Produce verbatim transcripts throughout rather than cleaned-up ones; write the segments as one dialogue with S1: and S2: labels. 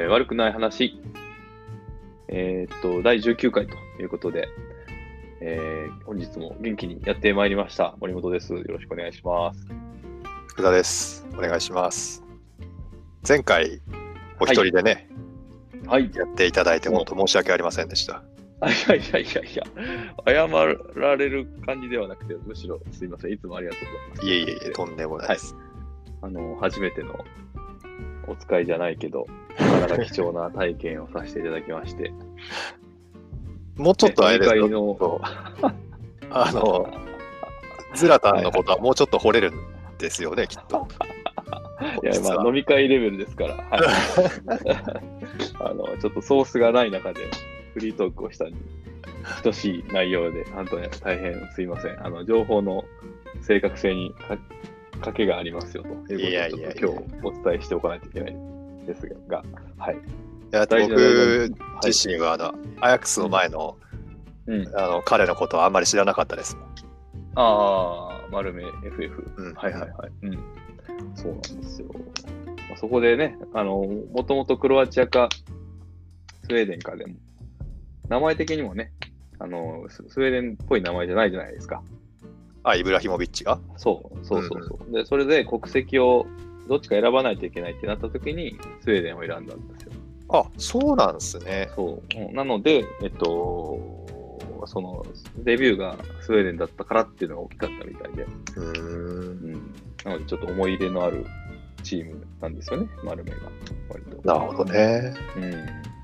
S1: えー、悪くない話、えー、っと、だいじゅうきゅうかいということで、えー、本日も元気にやってまいりました。森本です。よろしくお願いします。
S2: 福田です。お願いします。前回、お一人でね、はい、やっていただいて、本当申し訳ありませんでした。
S1: いやいやいやいや、謝られる感じではなくて、むしろすいません。いつもありがとうございます。
S2: いえいえいえ、とんでもないです。
S1: はい、あの、初めてのお使いじゃないけど、なかなか貴重な体験をさせていただきまして。
S2: もうちょっとあれですよ。あの、ズラタンのことはもうちょっと掘れるんですよね、はいはい、きっと。
S1: いや、まあ、飲み会レベルですから、はい、あのちょっとソースがない中でフリートークをしたに等しい内容で、本当に大変すいません。あの情報の正確性に賭けがありますよということを今日お伝えしておかないといけないですが、はい。
S2: いや僕自身はあの、はい、アヤックスの前の、うん、あの彼のことはあんまり知らなかったですもん。
S1: ああ、丸目 エフエフ、うん。はいはいはい。うん、そうなんですよ。まあ、そこでね、あの、もともとクロアチアかスウェーデンかでも、名前的にもね、あの、スウェーデンっぽい名前じゃないじゃないですか。
S2: あ、イブラヒモビッチが
S1: そうそうそうそう、うん。で、それで国籍をどっちか選ばないといけないってなった時に、スウェーデンを選んだんですよ。
S2: あ、そうなんですね。
S1: そう。なので、えっと、そのデビューがスウェーデンだったからっていうのが大きかったみたいで、うーん、うん、なのでちょっと思い入れのあるチームなんですよね、丸目が割と。
S2: なるほどね。うん、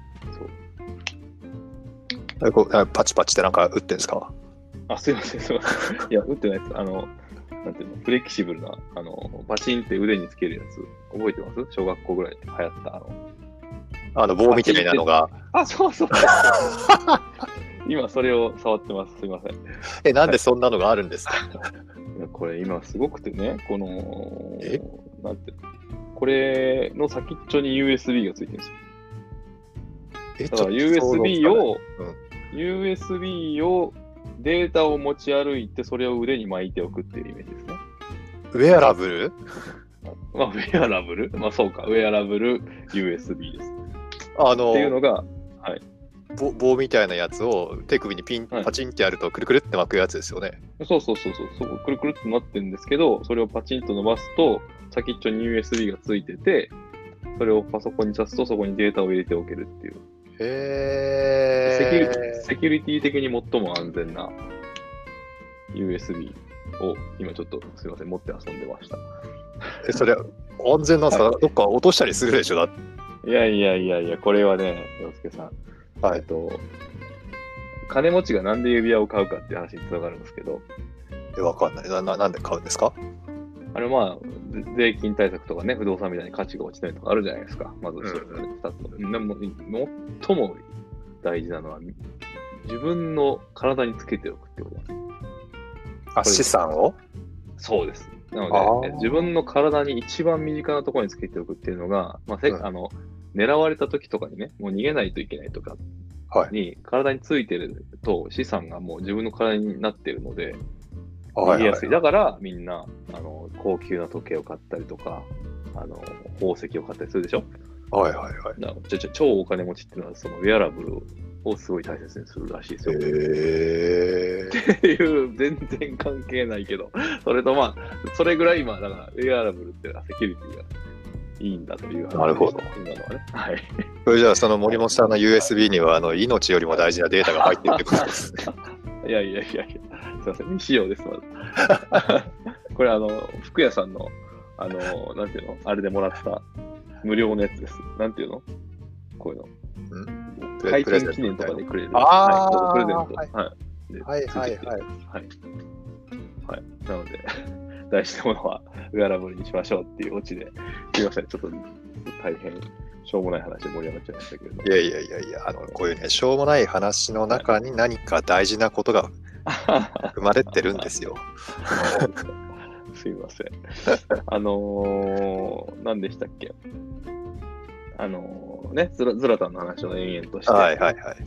S2: そう。パチパチってなんか打ってんですか？
S1: あ、すいません、すいません。いや、打ってないです。あの、なんていうの、フレキシブルな、あの、パチンって腕につけるやつ、覚えてます？小学校ぐらいで流行った、あの、
S2: あの棒みたいなのが。
S1: あ、そうそう。今それを触ってます。すいません。
S2: え、なんでそんなのがあるんですか？
S1: いやこれ今すごくてね、この、えなんて、これの先っちょに ユーエスビー がついてるんですよ。え、だから ユーエスビー を、うん、ユーエスビー をデータを持ち歩いて、それを腕に巻いておくっていうイメージですね。
S2: ウェアラブル？
S1: まあ、ウェアラブルまあそうか、ウェアラブル ユーエスビー です。
S2: あのー、
S1: っていうのが、はい。
S2: 棒, 棒みたいなやつを手首にピン、はい、パチンってやるとくるくるって巻くやつですよね。
S1: そうそうそうそうそうくるくるってなってるんですけど、それをパチンと伸ばすと先っちょに ユーエスビー がついてて、それをパソコンに挿すとそこにデータを入れておけるっていう。
S2: へ
S1: ーセキュリティセキュリティ的に最も安全な ユーエスビー を今ちょっとすいません持って遊んでました。
S2: えそれ安全なんですか？はい、どっか落としたりするでしょ？だって
S1: いやいやいやいや、これはね、洋介さん。はい、えっと、金持ちがなんで指輪を買うかっていう話につながるんですけど。
S2: え、わかんないな。な。なんで買うんですか？
S1: あれまあ、税金対策とかね、不動産みたいに価値が落ちたりとかあるじゃないですか。まず一つ、ね、二つの。でも、最も大事なのは、自分の体につけておくってことなんです。
S2: あ、資産を？
S1: そうです。なので、自分の体に一番身近なところにつけておくっていうのが、まあ、せ、うん、あの、狙われた時とかにね、もう逃げないといけないとかに、体についてると資産がもう自分の体になってるので、逃げやすい。だからみんな、あの、高級な時計を買ったりとか、あの、宝石を買ったりするでしょ？
S2: はいはいはい。
S1: だからちょ超お金持ちっていうのは、そのウェアラブルをすごい大切にするらしいですよ。
S2: へー。
S1: っていう、全然関係ないけど、それとまあ、それぐらい今、だから、ウェアラブルっていうのはセキュリティがいいんだという話。
S2: なるほど。
S1: 今のはね。はい。
S2: それじゃあ、その森本さんの ユーエスビー には、あの、命よりも大事なデータが入ってるってことですね。
S1: いやいやいやいや、すいません、未使用です、まだ。これ、あの、服屋さんの、あの、なんていうのあれでもらった無料のやつです。なんていうのこういうの。ん開店記念とかでくれる。
S2: ああ、
S1: はい、プレゼント。
S2: はいはいはいはい。はい。
S1: はい。なので、大事なものはウェアラブルにしましょうっていうオチで、すいません、ちょっと大変しょうもない話で盛り上がっちゃいましたけれども。
S2: いやいやいやいや、あの、こういうね、しょうもない話の中に何か大事なことが生まれてるんですよ。
S1: すいません。あのー、何でしたっけあのー、ね、ズラ、ズラタンの話を延々として。
S2: はいはいはい。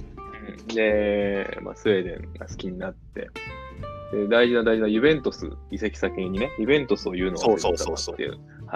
S1: で、まあ、スウェーデンが好きになって、で大事な大事なユベントス移籍先にね、ユベントスを言うのが
S2: そうそうそうそう。
S1: はい。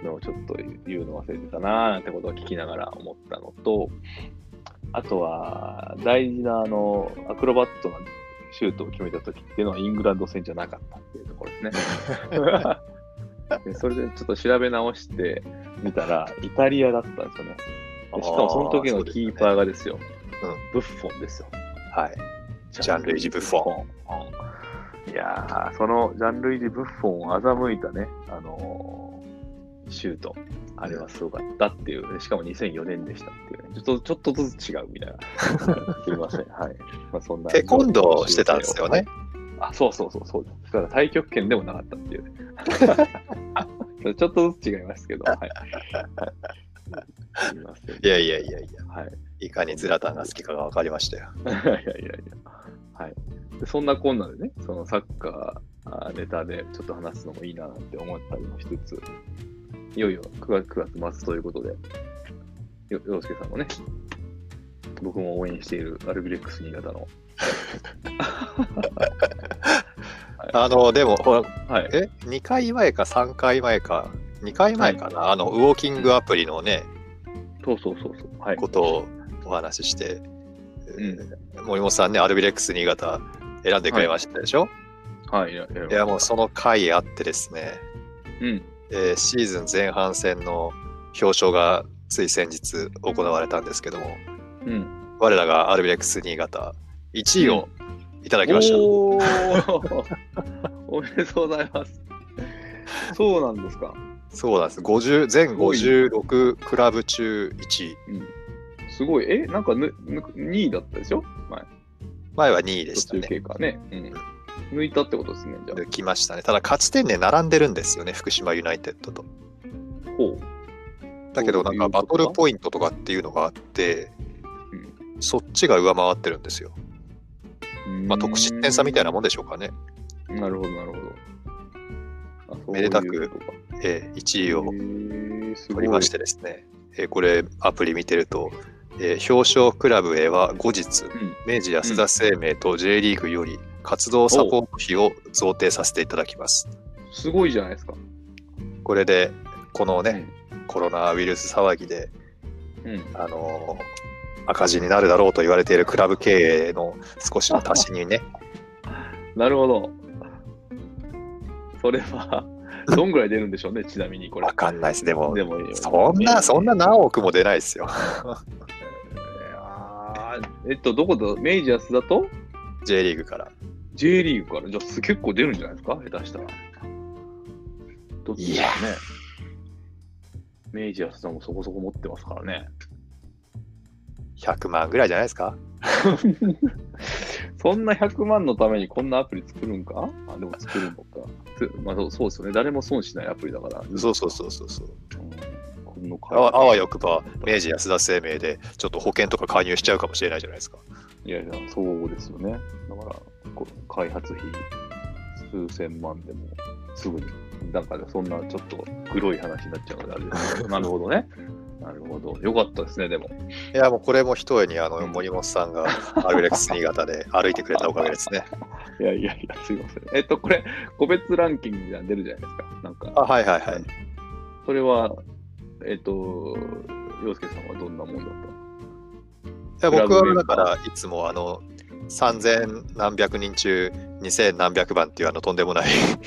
S1: のをちょっと言うの忘れてたなーなんてことを聞きながら思ったのと、あとは大事なあのアクロバットなシュートを決めた時っていうのはイングランド戦じゃなかったっていうところですね。でそれでちょっと調べ直してみたらイタリアだったんですよね。でしかもその時のキーパーがですよ、うん、ブッフォンですよ。
S2: はい。ジャンルイジ・ブッフォン。
S1: いやー、そのジャンルイジ・ブッフォンを欺いたね、あのー、シュート、あれはすごかったっていう、しかもにせんよねんでしたっていうね、ちょっとちょっとずつ違うみたいな。すいません。はい。まあ、そんな。
S2: テコンドーしてたんですよね。
S1: あ、そうそうそうそうです。だから太極拳でもなかったっていう、ね。ちょっとずつ違いますけど、はい。
S2: すいません。いやいやいやいや、はい。いかにズラタンが好きかが分かりましたよ。
S1: いやいやいやいや。はい。でそんなこんなでね、そのサッカーネタでちょっと話すのもいいなって思ったりもしつつ、いよいよくがつ、くがつ末ということで、よ、洋介さんもね、僕も応援しているアルビレックス新潟の。
S2: あの、でも、はい、え、にかいまえかさんかいまえか、にかいまえかな、はい、あの、ウォーキングアプリのね、
S1: そうそうそうそう、
S2: はい、ことをお話しして、うん、森本さんね、アルビレックス新潟選んでくれましたでしょ？
S1: はい、
S2: はい、いや、もうその回あってですね、
S1: うん
S2: えー、シーズン前半戦の表彰がつい先日行われたんですけども、
S1: うん、
S2: 我らがアルビレックス新潟いちいをいただきました。うん、
S1: おおめでとうございます。そうなんですか。
S2: そうなんです。ごじゅう全ごじゅうろくクラブ中いちい。
S1: うん、すごい。え、なんかぬぬにいだったでしょ前。
S2: 前はにいでしたね。
S1: 途中経過ね。うん。抜いたってことですね。じゃあ。
S2: 抜きましたね。ただ勝ち点で並んでるんですよね。福島ユナイテッドと。
S1: ほう。
S2: だけどなんかバトルポイントとかっていうのがあって、うん、そっちが上回ってるんですよ。まあ得失点差みたいなもんでしょうかね。
S1: なるほどなるほ
S2: ど。めでたく、えー、いちいを取りましてですね、えー、これアプリ見てると、えー、表彰クラブへは後日、うん、明治安田生命と J リーグより活動サポート費を贈呈させていただきます。
S1: すごいじゃないですか。
S2: これでこのね、うん、コロナウイルス騒ぎで、
S1: うん、
S2: あのー、赤字になるだろうと言われているクラブ経営の少しの足しにね。
S1: なるほど。それはどんぐらい出るんでしょうね、ちなみにこれ。
S2: わかんないです。でも、
S1: でも
S2: そんな、そんな何億も出ないですよ。
S1: えっと、どこだ明治安田と
S2: J リーグから。
S1: J リーグから。じゃあ結構出るんじゃないですか下手したら。どっちだね。明治安田もそこそこ持ってますからね。
S2: ひゃくまんぐらいじゃないですか
S1: そんなひゃくまんのためにこんなアプリ作るんかあ、でも作るのか。まあ、そうですよね。誰も損しないアプリだから。
S2: そうそうそうそうそう。
S1: うん、
S2: あ, あわよくば明治安田生命でちょっと保険とか加入しちゃうかもしれないじゃないですか。
S1: いやいや、そうですよね。だから開発費数千万でもすぐに、なんかそんなちょっと黒い話になっちゃうのであれですけど、なるほどね。なるほど。よかったですね、でも。
S2: いや、もうこれも一重にあの森本さんがアルビレックス新潟で歩いてくれたおかげですね。
S1: いやいやいや、すいません。えっと、これ、個別ランキングみたいなの出るじゃないですか。なんか。
S2: あ、はいはいはい。
S1: それは、えっと、洋介さんはどんなもんだった？
S2: いや、僕はだからいつもあのさんぜんなんびゃくにん中にせんなんびゃくばんっていうあのとんでもない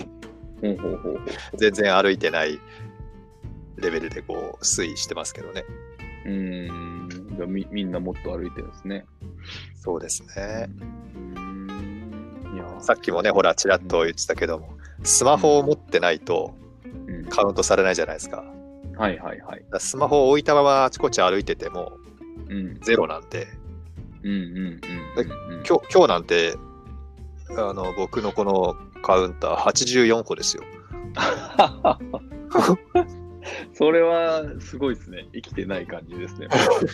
S2: 全然歩いてないレベルでこう推移してますけどね。
S1: うーん、じゃあ み, みんなもっと歩いてるんですね。
S2: そうですね。いやさっきもねほらちらっと言ってたけども、スマホを持ってないとカウントされないじゃないですか。
S1: うん、はいはいはい。
S2: スマホを置いたままあちこち歩いてても、うん、ゼロなんで。
S1: うんうんうんうんうん、
S2: 今日今日なんてあの僕のこのカウンターはちじゅうよんこですよ。
S1: それはすごいですね。生きてない感じですね。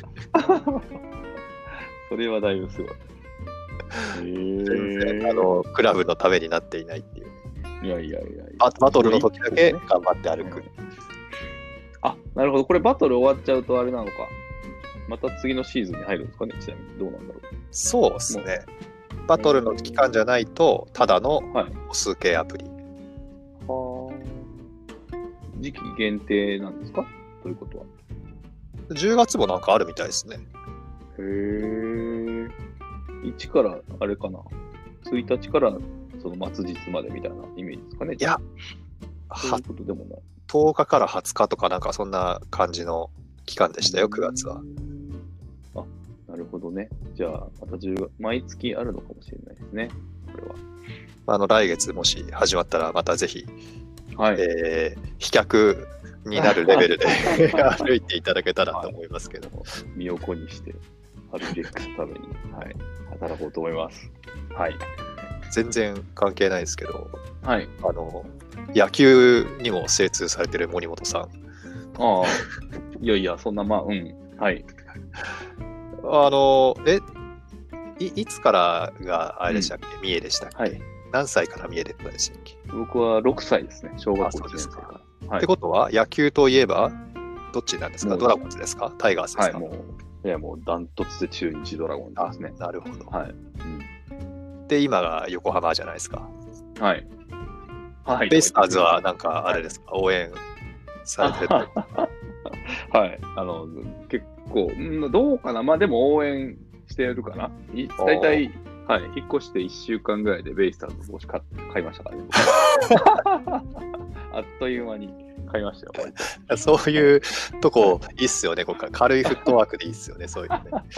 S1: それはだいぶすごい。
S2: 全然あのクラブのためになっていないっていう。
S1: いやいやいやいや。
S2: バトルの時だけ頑張って歩く。
S1: あ、なるほど。これバトル終わっちゃうとあれなのか。また次のシーズンに入るんですかね。ちなみにどうなんだろう。
S2: そうですね。バトルの期間じゃないとただの歩数計アプリ。
S1: はあ。 時期限定なんですか？ということは。
S2: じゅうがつもなんかあるみたいですね。
S1: へー。いちからあれかな。ついたちからその末日までみたいなイメージですかね。
S2: いや、
S1: そういうことでもない。
S2: とおかからはつかとかなんかそんな感じの期間でしたよ、くがつは。
S1: あ、なるほどね。じゃあ、またじゅうがつ、毎月あるのかもしれないですね。これは。
S2: あの、来月もし始まったらまたぜひ、
S1: はい。
S2: えー、飛脚になるレベルで歩いていただけたらと思いますけども。はい、
S1: 身を粉にして、ハルビレックスのために、はい、働こうと思います。はい。
S2: 全然関係ないですけど、
S1: はい。
S2: あの、野球にも精通されてる森本さん。
S1: ああ、いやいや、そんな、まあ、うん。はい。
S2: あの、え、い, いつからがあれでしたっけ、うん、三重でしたっけ、はい、何歳から三重ででしたっけ？
S1: 僕はろくさいですね、小学校いちねん生から。
S2: はい、ってことは、野球といえば、どっちなんですか？ドラゴンズですか？タイガースですか？
S1: はい、もう、いや、もうダントツで中日ドラゴンズですね。
S2: なるほど。
S1: はい。
S2: うん、で、今が横浜じゃないですか。
S1: はい。
S2: はい。ベイスターズはなんかあれですか、はい、応援されてる
S1: はい。あの、結構、うん、どうかな。まあでも応援してるかな。大体、はい、引っ越していっしゅうかんぐらいでベイスターズの帽子買いましたからね。あっという間に買いましたよ。
S2: そういうとこいいっすよね。ここ軽いフットワークでいいっすよね。そういうのね。はい、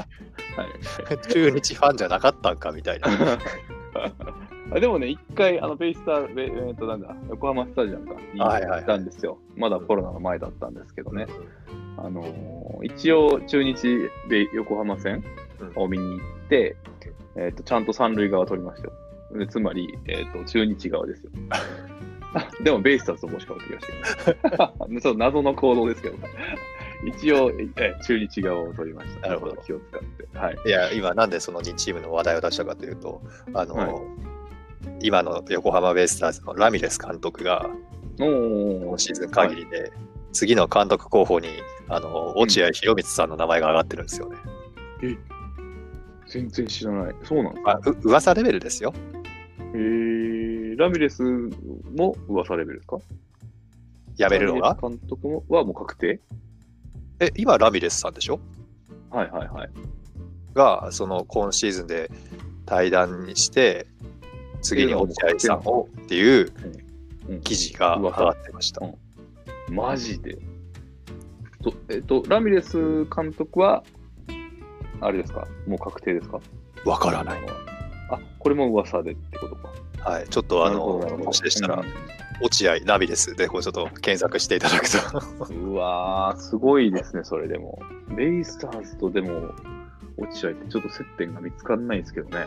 S2: 中日ファンじゃなかったんかみたいな。
S1: でもね、一回、あの、ベイスター、えー、っと、なんだ、横浜スタジアムかに行ったんですよ。まだコロナの前だったんですけどね。あのー、一応、中日で横浜戦を見に行って、うん、えー、っと、ちゃんと三塁側取りましたよ。でつまり、えー、っと、中日側ですよ。でも、ベイスターズともしかおってきましたけど。ちょっと謎の行動ですけど、一応、え中日側を取りました。
S2: なるほど。
S1: 気を使って。はい。
S2: いや、今、なんでそのにチームの話題を出したかというと、あの、はい、今の横浜ベイスターズのラミレス監督が、今シーズン限りで、はい、次の監督候補に、あの、落合博満さんの名前が上がってるんですよね。
S1: うん、え全然知らない。そうなんですか？
S2: あ、う噂レベルですよ。
S1: へー、ラミレスも噂レベルですか？
S2: 辞めるのが？
S1: 監督もはもう確定？
S2: え、今ラミレスさんでしょ？
S1: はいはいはい。
S2: が、その今シーズンで退団にして、次に落合さんをっていう記事が上がってました。
S1: うんうん、マジでと、えっと、ラミレス監督は、あれですか？もう確定ですか？
S2: わからない。
S1: あ、これも噂でってことか。
S2: はい、ちょっとあの、もしでしたら、うん、落合ラミレスでこうちょっと検索していただくと。
S1: うわー、すごいですね、それでも。ベイスターズとでも、落合ってちょっと接点が見つからないですけどね。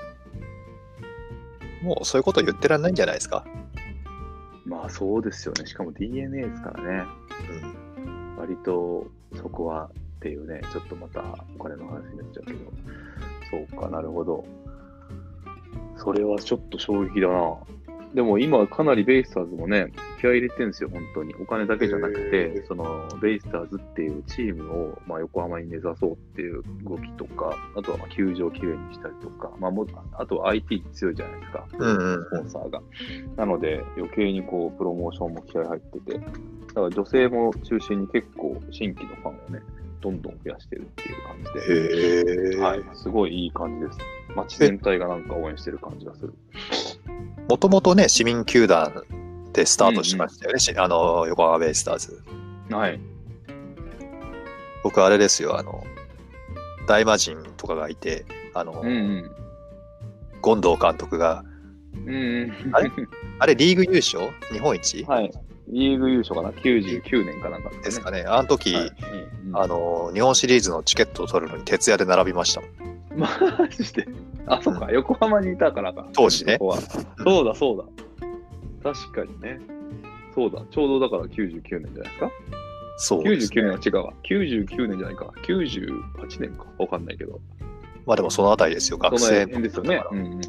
S2: もうそういうこと言ってらんないんじゃないですか。
S1: まあそうですよね。しかも ディーエヌエー ですからね。うん、割とそこはっていうね、ちょっとまたお金の話になっちゃうけど。そうか、なるほど。それはちょっと衝撃だな。でも今かなりベイスターズもね、気合い入れてるんですよ、本当に。お金だけじゃなくて、そのベイスターズっていうチームを、まあ、横浜に根ざそうっていう動きとか、あとはまあ球場をきれいにしたりとか、まあ、もあとは アイティー に強いじゃないですか、
S2: うんうん、
S1: スポンサーが。なので余計にこうプロモーションも気合い入ってて、だから女性も中心に結構新規のファンをね、どんどん増やしてるっていう感じで、はい、すごいいい感じです。街全体がなんか応援してる感じがする。
S2: もともとね、市民球団でスタートしましたよね、うんうん、あの横浜ベイスターズ。
S1: はい。
S2: 僕あれですよ、あの大魔神とかがいて、あの、うんうん、権藤監督が、
S1: うんうん、
S2: あれあれリーグ優勝？日本一？
S1: はい。リーグ優勝かな、きゅうじゅうきゅうねんかなんか
S2: ですかね。あの時、はいうんうん、あの日本シリーズのチケットを取るのに徹夜で並びましたもん。
S1: マジで。あ、そっか、横浜にいたからか。
S2: 当時ね。
S1: ここはそうだ、そうだ。確かにね。そうだ、ちょうどだからきゅうじゅうきゅうねんじゃないですか。
S2: そうですね。
S1: きゅうじゅうきゅうねんは違うわ。きゅうじゅうきゅうねんじゃないか。きゅうじゅうはちねんか。わかんないけど。
S2: まあでもそのあたりですよ、学生
S1: の。ですよね。うんうんうんうん。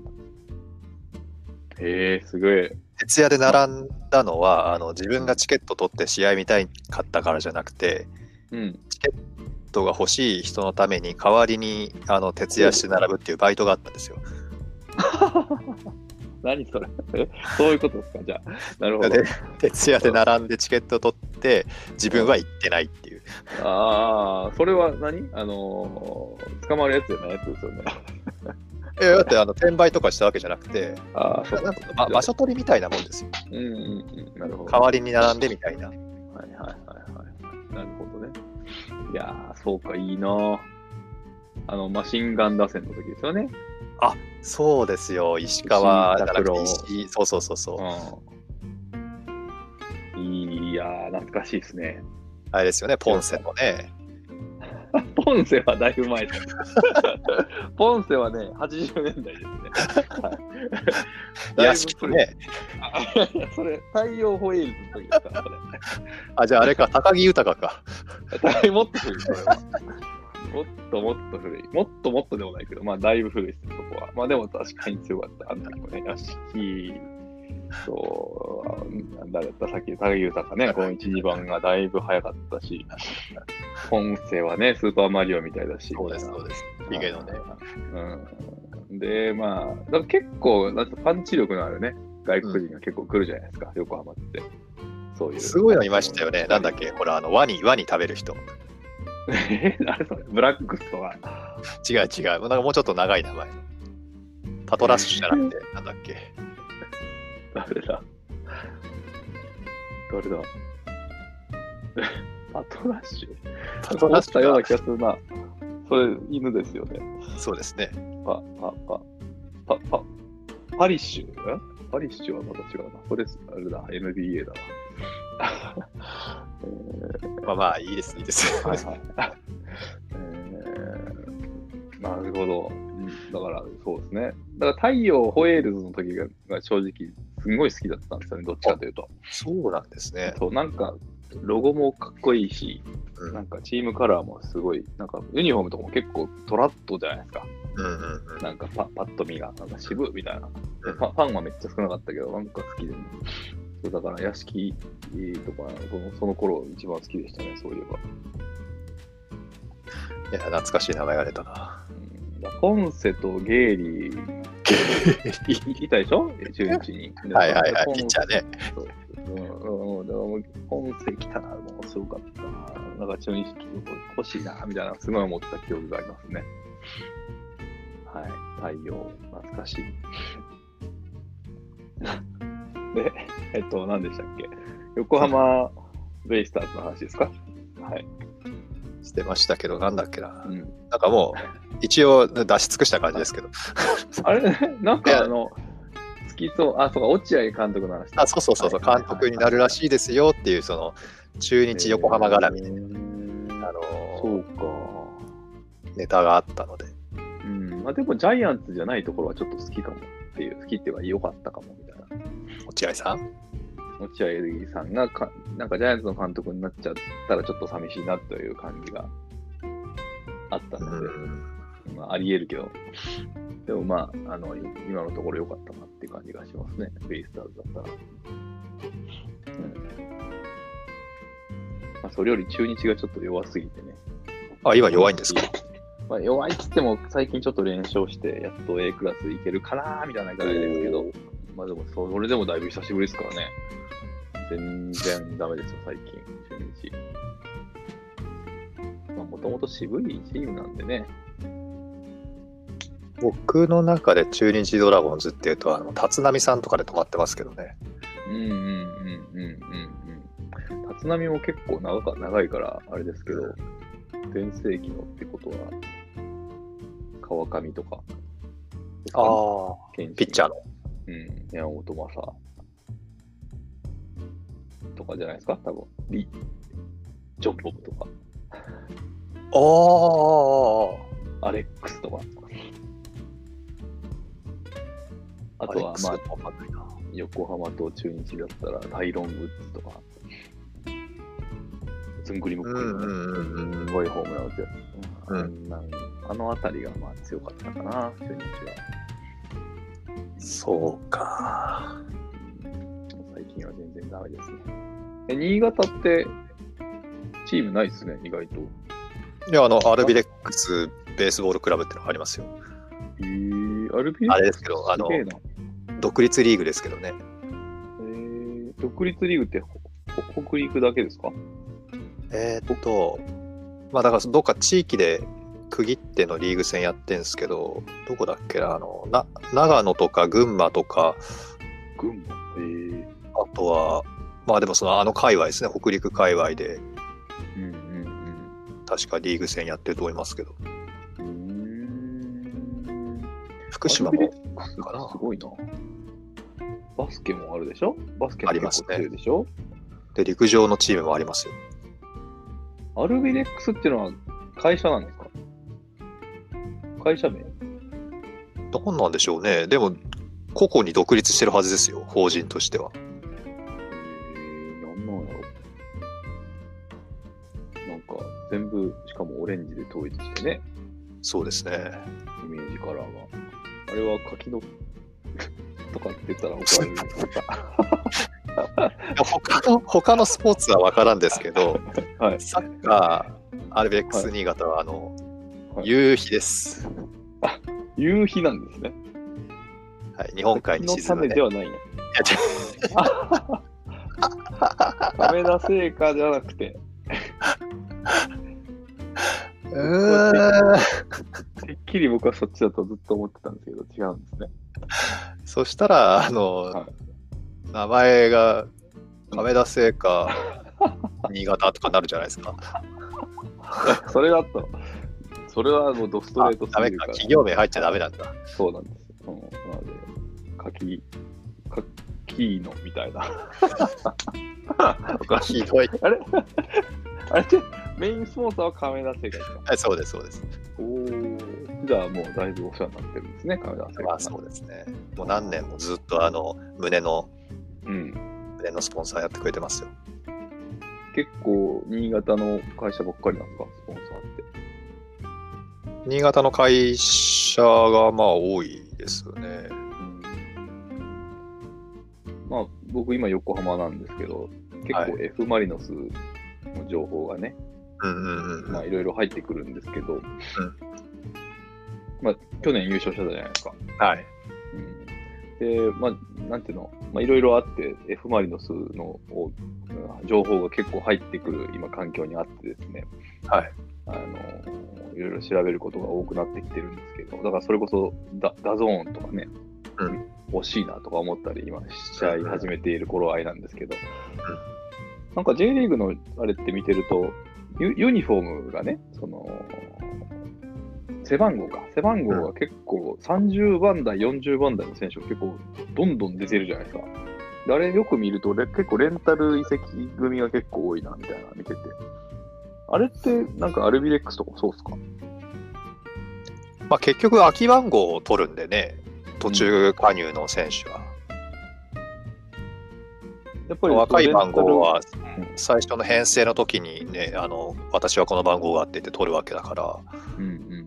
S1: へえ、すごい。
S2: 徹夜で並んだのは、あの自分がチケット取って試合見たいかったからじゃなくて、
S1: うん、
S2: チケットが欲しい人のために代わりにあの徹夜して並ぶっていうバイトがあったんですよ。
S1: 何それそういうことですか、じゃあ。なるほど。
S2: で、徹夜で並んでチケットを取って、自分は行ってないっていう。
S1: ああ、それは何あのー、捕まるやつじゃないやつですよね。
S2: いや、だってあの転売とかしたわけじゃなくて、
S1: あそう
S2: なんか、ま、場所取りみたいなもんですよ。
S1: うんうんうん。なるほど。
S2: 代わりに並んでみたいな。
S1: はいはいはいはい。なるほどね。いやー、そうか、いいな。あの、マシンガン打線の時ですよね。
S2: あ、そうですよ。石川じゃなくて石井。そうそうそうそう。
S1: うん、いやー、懐かしいですね。
S2: あれですよね、ポンセのね。
S1: ポンセはだいぶ前です。ポンセはね、はちじゅうねんだいですね。はい、
S2: 屋敷ね。
S1: それ、太陽ホエールズの時ですから、それ。
S2: あ、じゃああれか、高木豊か。
S1: もっと古い、それは。もっともっと古い。もっともっとでもないけど、まあ、だいぶ古いですね、そこは。まあ、でも確かに強かった。あの時もね、屋敷と、誰だったさっき、高木豊ね、このいち、にばんがだいぶ早かったし、本世はね、スーパーマリオみたいだし。
S2: そうです、そうです。ヒゲのね。
S1: うん。で、まあ、だから結構、なんかパンチ力のあるね、外国人が結構来るじゃないですか、うん、横浜って。そういう。
S2: すごいのいましたよね。なんだっけ、ほら、あの、ワニ、ワニ食べる人。
S1: え、誰それブラックスとか。
S2: 違う違う。なんかもうちょっと長い名前の。パトラッシュじゃなくて、なんだっけ。
S1: 誰だ誰だパトラッシュパトラッシュしたような気がするな。それ、犬ですよね。
S2: そうですね。
S1: パ、パ、パ、パ、パ、パリッシュパリッシュはまた違うな。これ、あれだ、エヌビーエー だわ。
S2: えー、まあまあ、いいです、いいです。はいはい
S1: えー、なるほど。だから、そうですね。だから、太陽ホエールズの時がが正直、すごい好きだったんですよね、どっちかというと。
S2: そうなんですね。
S1: そう、なんか、ロゴもかっこいいし、うん、なんかチームカラーもすごい、なんかユニフォームとかも結構トラットじゃないですか。うんうんうん、なんかパパッと見が、なんか渋いみたいな、うん、ファ。ファンはめっちゃ少なかったけど、なんか好きで、ね、そうだから屋敷とかその、その頃一番好きでしたね、そういえば。
S2: いや、懐かしい名前が出たな。
S1: うん、ポンセとゲイリーいたでしょ中日に。
S2: はいはいはい、ピッチャーね。
S1: そううん、だからもうポンセ来たらもうすごかったな。なんか中日欲しいな、みたいな、すごい思った記憶がありますね。はい、太陽、懐かしい。で、えっと、何でしたっけ横浜ベイスターズの話ですかはい。
S2: してましたけど、なんだっけな。うん、なんかもう、一応出し尽くした感じですけど。
S1: あれなんかあの、好きそう、あ、そうか、落合監督の話。
S2: あ、そうそうそうそう、監督になるらしいですよっていう、その、中日横浜絡みで、あのー、
S1: そうか。
S2: ネタがあったので。
S1: うん、まあでもジャイアンツじゃないところはちょっと好きかもっていう、好きっていうか良かったかもみたいな。
S2: 落合さん
S1: 落合さんがか、なんかジャイアンツの監督になっちゃったらちょっと寂しいなという感じがあったので、うん、まああり得るけど、でもまあ、あの、今のところ良かったなっていう感じがしますね、ベイスターズだったら。うんまあ、それより中日がちょっと弱すぎてね。
S2: あ、今弱いんですか？
S1: まあ、弱いっつっても最近ちょっと連勝してやっと A クラスいけるかなみたいなぐらいですけど、まあでもそれでもだいぶ久しぶりですからね。全然ダメですよ最近中日。まあもともと渋いチームなんでね。
S2: 僕の中で中日ドラゴンズっていうとあの立浪さんとかで止まってますけどね。
S1: うんうんうんうんうんうん。立浪も結構長か長いからあれですけど、全盛期のってことは川上とか、ね、
S2: ああピッチャーの
S1: うん山本昌とかじゃないですか多分リジョンボブとか
S2: あ
S1: あアレックスとかあとはまあ横浜と中日だったらタイロン・ウッズとかずんぐりむっくりのすごいホームラン打つやつ、うん、あ, あのあたりがまあ強かったかな中日は。
S2: そうか。
S1: 最近は全然ダメですね。え新潟ってチームないっすね意外と。
S2: いやあのアルビレックスベースボールクラブってのがありますよ。
S1: へえー、アルビレックス
S2: あれですけどあの独立リーグですけどね。
S1: えー、独立リーグって北陸だけですか？
S2: えー、っと、まあだからどっか地域で区切ってのリーグ戦やってんすけど、どこだっけな、あの、な、長野とか群馬とか、
S1: 群馬、えー、
S2: あとは、まあでもそのあの界隈ですね、北陸界隈で、
S1: うんうんうん、
S2: 確かリーグ戦やってると思いますけど。
S1: うーん、
S2: 福島も
S1: かな。すごいな。バスケもあるでしょ？バスケも結構強いでしょ？
S2: で、陸上のチームもありますよ。
S1: アルビレックスっていうのは会社なんですか？会社名？
S2: どうなんでしょうね。でも、個々に独立してるはずですよ、法人としては。
S1: えー、なんなんやろ。なんか、全部、しかもオレンジで統一してね。
S2: そうですね。
S1: イメージカラーが。あれは柿のとかって言ったら怒られるんですか？
S2: 他の、他のスポーツは分からんですけど、
S1: はい、
S2: サッカー、アルビレックス新潟は、あの、はい、夕日です。
S1: あ、夕日なんですね。
S2: はい、日本海に沈む、ね。
S1: の種ではないね。亀田製菓じゃなくて。うーてっきり僕はそっちだとずっと思ってたんですけど、違うんですね。
S2: そしたら、あの、はい、名前が亀田製菓新潟とかなるじゃないですか。
S1: それだと、それはもうドストレートすぎるから。
S2: ダメか、企業名入っちゃダメなんだ。
S1: そうなんですよ。うん、なので、柿、柿のみたいな。
S2: ひどい。
S1: あれあれってメインスポンサーは亀田製菓ですか？
S2: はい、そうです、そうです。
S1: おー、じゃあもうだいぶお世話になってるんですね、亀田製菓。
S2: まあそうですね。もう何年もずっとあの、胸の、
S1: うん、
S2: 胸のスポンサーやってくれてますよ。
S1: 結構、新潟の会社ばっかりなんですか、スポンサーって。
S2: 新潟の会社がまあ多いですよね。うん、
S1: まあ僕今横浜なんですけど、結構 F マリノスの情報がね、
S2: うんうんうん、
S1: まあいろいろ入ってくるんですけど、うん、まあ去年優勝したじゃないですか。
S2: はい。
S1: うん、で、まあなんていうの、まあいろいろあって F マリノスの情報が結構入ってくる今環境にあってですね。
S2: はい。
S1: あのいろいろ調べることが多くなってきてるんですけど、だからそれこそ ダ, ダゾーンとかね、うん、惜しいなとか思ったり今試合始めている頃合いなんですけど、うん、なんか J リーグのあれって見てると ユ, ユニフォームがね、その背番号か背番号が結構さんじゅうばん台よんじゅうばん台の選手が結構どんどん出てるじゃないですか。であれよく見ると結構レンタル移籍組が結構多いなみたいな見てて、あれってなんかアルビレックスとかそうですか？
S2: まあ結局空き番号を取るんでね、途中加入の選手は。うん、やっぱり若い番号は最初の編成の時にね、あの私はこの番号があって言って取るわけだから、うんうん、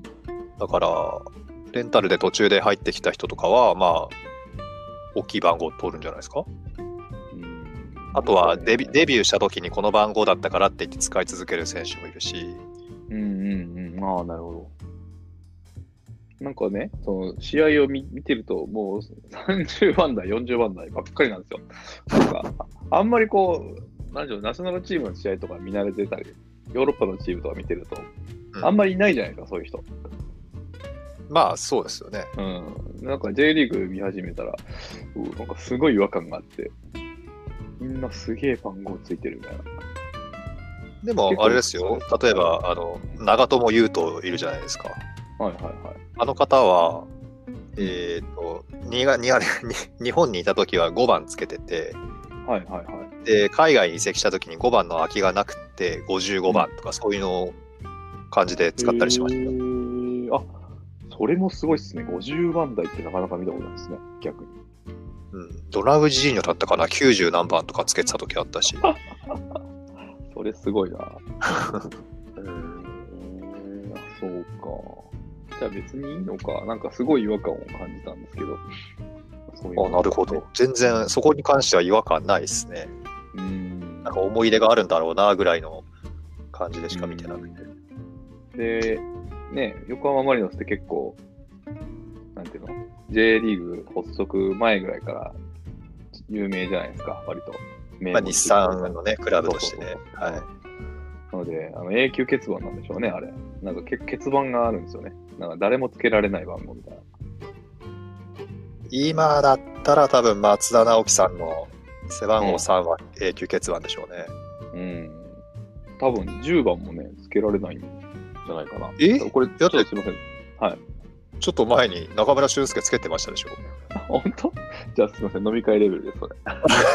S2: だからレンタルで途中で入ってきた人とかはまあ大きい番号を取るんじゃないですか。あとはデビ、デビューした時にこの番号だったからって言って使い続ける選手もいるし。
S1: うんうんうん。ああ、なるほど。なんかね、その試合を 見, 見てると、もうさんじゅうばん台、よんじゅうばん台ばっかりなんですよ。なんか、あんまりこう、なんでしょう、ナショナルチームの試合とか見慣れてたり、ヨーロッパのチームとか見てると、うん、あんまりいないじゃないですか、そういう人。
S2: まあ、そうですよね。
S1: うん。なんか J リーグ見始めたら、うなんかすごい違和感があって、みんなすげえ番号ついてるみたいな。
S2: でも、あれですよ。例えば、あの、長友佑都いるじゃないですか。
S1: はいはいはい。
S2: あの方は、えっと、にが、にが、日本にいた時はごばんつけてて、
S1: はいはいはい。
S2: で、海外に移籍した時にごばんの空きがなくて、ごじゅうごばんとかそういうの感じで使ったりしました。
S1: へー、あ、それもすごいっすね。ごじゅうばん台ってなかなか見たことないですね、逆に。
S2: うん、ドラウジーニョだったかな、きゅうじゅう何番とかつけてた時あったし。
S1: それすごいな。えー、あ、そうか。じゃあ別にいいのか。なんかすごい違和感を感じたんですけど。
S2: そういう、あ、なるほど。全然そこに関しては違和感ないですね。うん。なんか思い出があるんだろうなぐらいの感じでしか見てなくて。
S1: で、ね、横浜マリノスって結構、 なんていうの J リーグ発足前ぐらいから有名じゃないですか、割と。
S2: まあ、日産のね、クラブとしてね。はい。
S1: なので、あの永久欠番なんでしょうね、あれ。なんか欠番があるんですよね。なんか誰もつけられない番号みたいな。
S2: 今だったら多分松田直樹さんの背番号さんは永久欠番でしょうね。
S1: うん。うん、多分じゅうばんもね、つけられないんじゃないかな。
S2: え
S1: これ、ちょっとすいません。はい。
S2: ちょっっと前に中村俊輔つけてましたでしょ。
S1: 本当？じゃあすみません、飲み会レベルです、それ。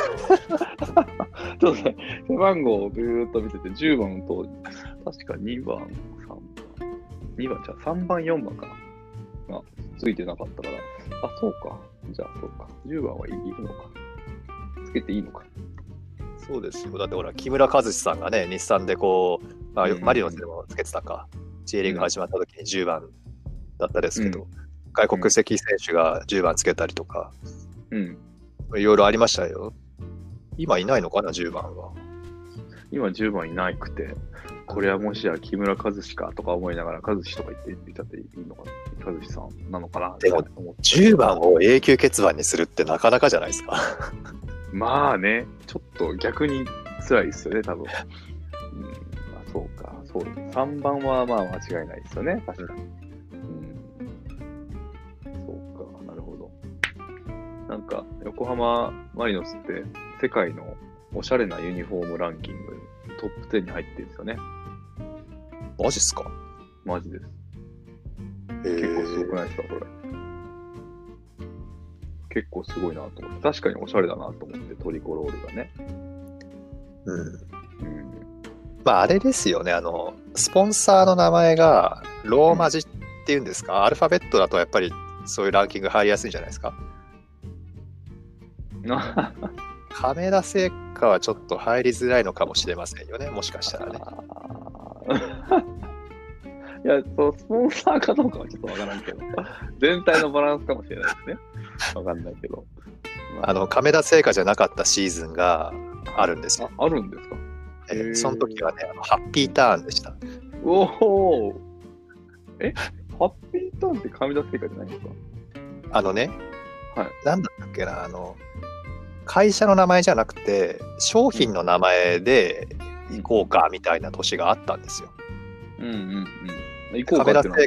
S1: ちょっとね、背番号をぐーっと見てて、じゅうばんと、確かにばん、さんばん、にばん、じゃあさんばん、よんばんかな。がついてなかったから、あ、そうか。じゃあそうか。じゅうばんはいいのか。つけていいのか。
S2: そうですよ。だってほら、木村和志さんがね、日産でこう、まあ、マリノスでもつけてたか、うん、J リーグ始まった時にじゅうばんだったですけど、うん、外国籍選手がじゅうばんつけたりとか、うん、いろいろありましたよ。今いないのかな、じゅうばんは。
S1: 今じゅうばんいなくて、これはもしや木村和志かとか思いながら、和志とか言っていたっていいのかな、和志さんなのかな。
S2: でも、じゅうばんを永久欠番にするってなかなかじゃないですか。
S1: まあね、ちょっと逆に辛いですよね、多分。うん、まあ、そうか、そう。さんばんはまあ間違いないですよね、確かに。うん、そうか、なるほど。なんか、横浜マリノスって世界のおしゃれなユニフォームランキングトップじゅうに入ってるんですよね。
S2: マジっすか？
S1: マジです。結構すごくないですか、これ。結構すごいなと思って、確かにおしゃれだなと思って、トリコロールがね。
S2: うん。うん、まあ、あれですよね、あの、スポンサーの名前がローマ字っていうんですか、うん、アルファベットだとやっぱりそういうランキング入りやすいんじゃないですか。亀田製菓はちょっと入りづらいのかもしれませんよね、もしかしたらね。
S1: いや、そう、スポンサーかどうかはちょっとわからんけど、全体のバランスかもしれないですね。わかんないけど。
S2: まあ、あの、亀田製菓じゃなかったシーズンがあるんですよ。
S1: あ、あるんですか？
S2: えー、その時はね、あのハッピーターンでした。
S1: おお。え、ハッピーターンって亀田製菓じゃないんですか？
S2: あのね、
S1: はい。
S2: なんだったっけな、あの、会社の名前じゃなくて、商品の名前で行こうかみたいな年があったんですよ。
S1: うんうんうん。行こうかってのは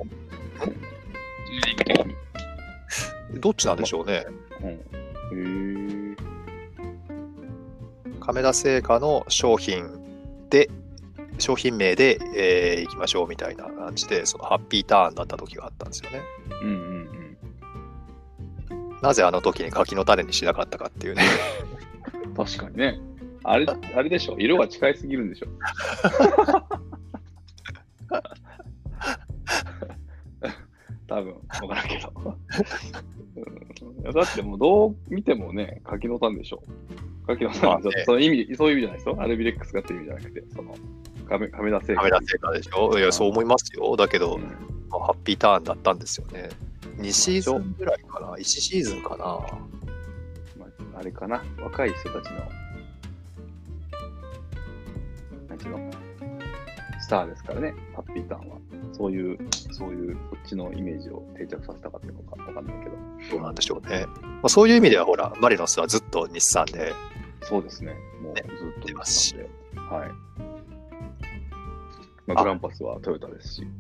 S2: どっちなんでしょうね。
S1: うん、へ
S2: ー。亀田製菓の商品で、商品名で、えー、行きましょうみたいな感じで、そのハッピーターンだった時があったんですよね。
S1: うんうん
S2: うん。なぜあの時に柿の種にしなかったかっていうね。
S1: 確かにね。あれ、あれでしょ。色が近いすぎるんでしょ。多分、わからんけど。うん、だってもうどう見てもね、柿の種でしょ。柿の種、まあね、その意味、そういう意味じゃないですよ。アルビレックスがっていう意味じゃなくて、その、亀田製菓。
S2: 亀田製菓でしょ。いや、そう思いますよ。だけど、うん、まあ、ハッピーターンだったんですよね。にシーズンぐらいかな、いちシーズンかな。
S1: まあ、あれかな、若い人たちの、なんていうの、スターですからね、ハッピーターンは。そういう、そういう、こっちのイメージを定着させたかったのかわかんないけど。
S2: どうなんでしょうね。まあ、そういう意味では、ほら、マリノスはずっと日産で。
S1: そうですね。もうずっと日産で。はい。まあ、グランパスはトヨタですし。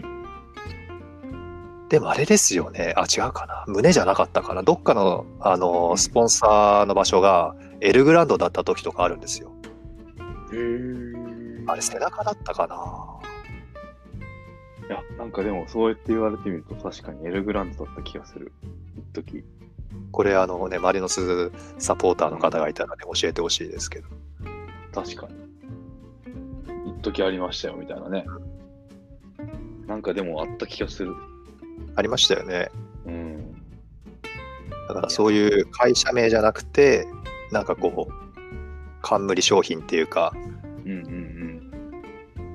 S2: でもあれですよね。あ、違うかな。胸じゃなかったかな。どっかの、あの、スポンサーの場所がエルグランドだった時とかあるんですよ。
S1: へー。
S2: あれ背中だったかな。
S1: いや、なんかでもそうやって言われてみると確かにエルグランドだった気がする。一時。
S2: これあのね、マリノスサポーターの方がいたらね、教えてほしいですけど。
S1: 確かに。一時ありましたよ、みたいなね。なんかでもあった気がする。
S2: ありましたよね。
S1: うん。
S2: だからそういう会社名じゃなくて、なんかこう、冠商品っていうか、
S1: うんうんうん、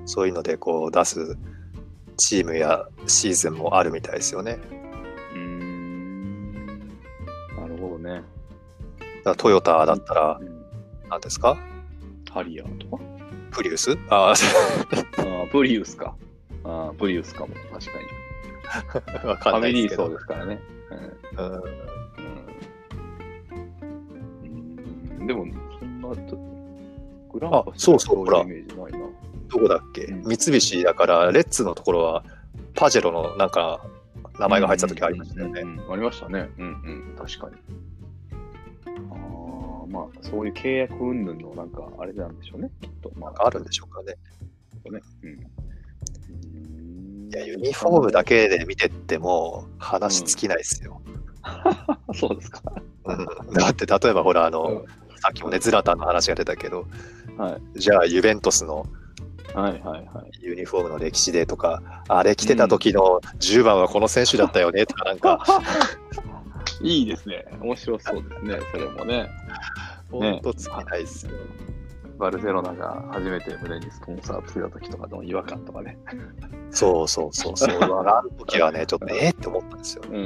S2: そういうのでこう出すチームやシーズンもあるみたいですよね。
S1: うーん。なるほどね。だか
S2: らトヨタだったら、うん、何ですか？
S1: ハリアーとか
S2: プリウス？ああ、
S1: プリウスか。あプリウスかも、確かに。
S2: わかんないですけど。
S1: ファミリー層ですからね。うん。うんうん、でも、そんな、グランパス
S2: そうそう、ほら。
S1: イメージないな。
S2: どこだっけ、うん、三菱だから、レッツのところは、パジェロのなんか、名前が入ってた時ありましたよね。
S1: うんうんうんうん、ありましたね。うんうん、確かに。ああ、まあ、そういう契約云々のなんか、あれなんでしょうね、きっと。ま
S2: あ、あるんでしょうかね。
S1: ね、うん。
S2: いや、ユニフォームだけで見てっても、話尽きないですよ。
S1: うん、そうですか。
S2: うん、だって、例えばほら、あの、うん、さっきもね、ズラタンの話が出たけど、はい、じゃあ、ユベントスの、
S1: はいはいはい、
S2: ユニフォームの歴史でとか、あれ着てた時のじゅうばんはこの選手だったよねとかなんか、
S1: うん、いいですね。面白そうですね、それもね。
S2: ほんと尽きないですよ。
S1: バルセロナが初めて胸にスポンサーつけた時とかの違和感とかね。
S2: そうそうそうそう。あの時はね、ちょっとえーって思ったんですよ。うん。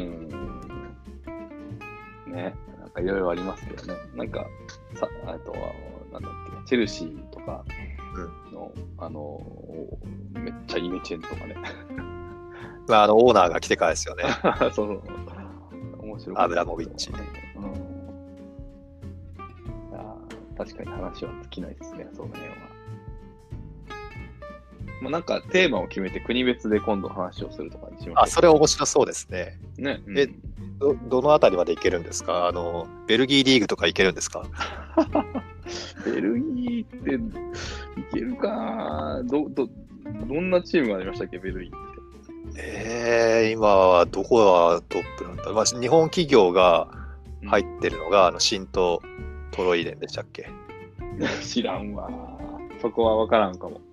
S1: ね、なんかいろいろありますけどね。なんか、さあとは、なんだっけ、チェルシーとかの、うん、あの、めっちゃイメチェンとかね。
S2: まあ、あの、オーナーが来てからですよね。
S1: そう。面白い。
S2: アブラモビッチ。うん、
S1: 確かに話は尽きないですね、その辺は。まあ、なんかテーマを決めて国別で今度話をするとかにしましょう。
S2: あ、それ面白そうですね。
S1: ね。
S2: え、うん、ど、どのあたりまでいけるんですか？あの、ベルギーリーグとかいけるんですか？
S1: ベルギーっていけるかな？ど、ど、どんなチームがありましたっけ、ベルギーって。
S2: えー、今はどこがトップなんだ？まあ、日本企業が入ってるのが、うん、あの、新東トロイデンでしたっけ？
S1: 知らんわ。そこは分からんかも。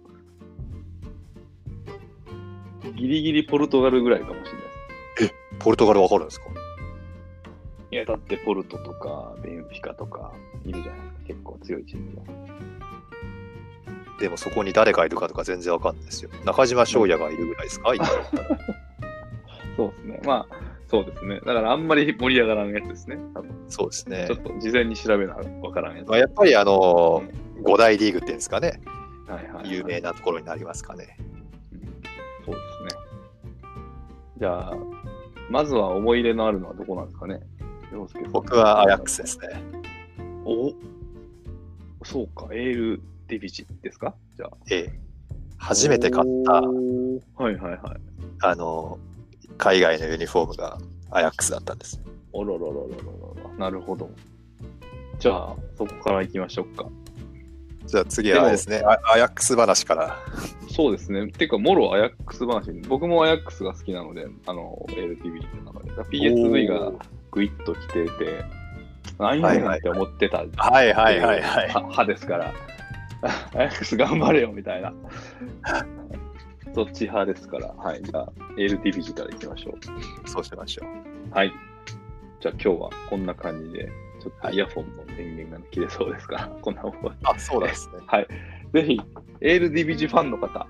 S1: ギリギリポルトガルぐらいかもしれない
S2: です。え、ポルトガル分かるんですか？
S1: いや、だってポルトとかベンフィカとかいるじゃないですか。結構強いチームが。
S2: でもそこに誰がいるかとか全然分かんないですよ。中島翔也がいるぐらいですか？今
S1: そうですね。まあ、そうですね。だからあんまり盛り上がらんやつですね。多分
S2: そうですね。
S1: ちょっと事前に調べな分からんやつ。
S2: まあ、やっぱりあのー、ご大リーグっていうんですかね。
S1: はいはいはい、
S2: 有名なところになりますかね。
S1: うん、そうですね。じゃあ、まずは思い入れのあるのはどこなんですかね。
S2: 僕はアヤックスですね。
S1: お、そうか、エールディビジですか？じゃあ。
S2: ええ。初めて買った、
S1: はいはいはい。
S2: あの、海外のユニフォームがアヤックスだったんです。
S1: おろろろろろろ。なるほど。じゃあ、そこから行きましょうか。
S2: じゃあ次はあれですね、アヤックス話から。
S1: そうですね。てか、もろアヤックス話。僕もアヤックスが好きなので、あの、エールティービー の中で。ピーエスブイ がグイッと来てて、何やねんって思ってた。
S2: はいはいはいはい。
S1: 派ですから、アヤックス頑張れよみたいな。そっち派ですから、はい。じゃあ、エールティービー から行きましょ
S2: う。そうしましょ
S1: う。はい。じゃあ今日はこんな感じで、ちょっとイヤフォンの電源が切れそうですから、こんなもん。
S2: あ、そうなんですね。
S1: はい。ぜひ、エールディビジファンの方、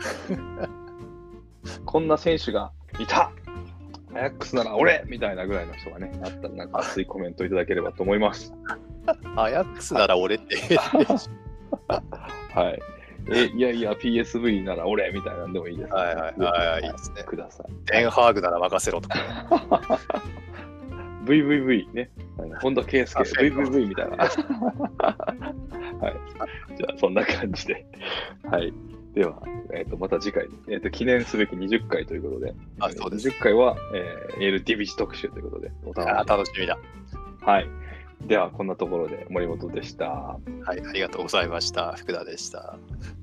S1: こんな選手がいたアヤックスなら俺みたいなぐらいの人がね、あったらなんか熱いコメントいただければと思います。
S2: アヤックスなら俺って。
S1: はい。え、いやいや、ピーエスブイ なら俺みたいなんでもいいです、ね。
S2: はいはいはい、いいですね。
S1: ください。
S2: デンハーグなら任せろとか。
S1: ブイブイブイ ね。本田圭佑 ブイブイブイ みたいな。はい。じゃあ、そんな感じで。はい。では、えー、とまた次回、えーと、記念すべきにじゅっかいということで、
S2: あ、そうです。
S1: にじゅっかいは、えー、エールディビジ特集ということで、お楽しみ。
S2: あ、楽しみだ。
S1: はい。では、こんなところで森本でした。は
S2: い、ありがとうございました。福田でした。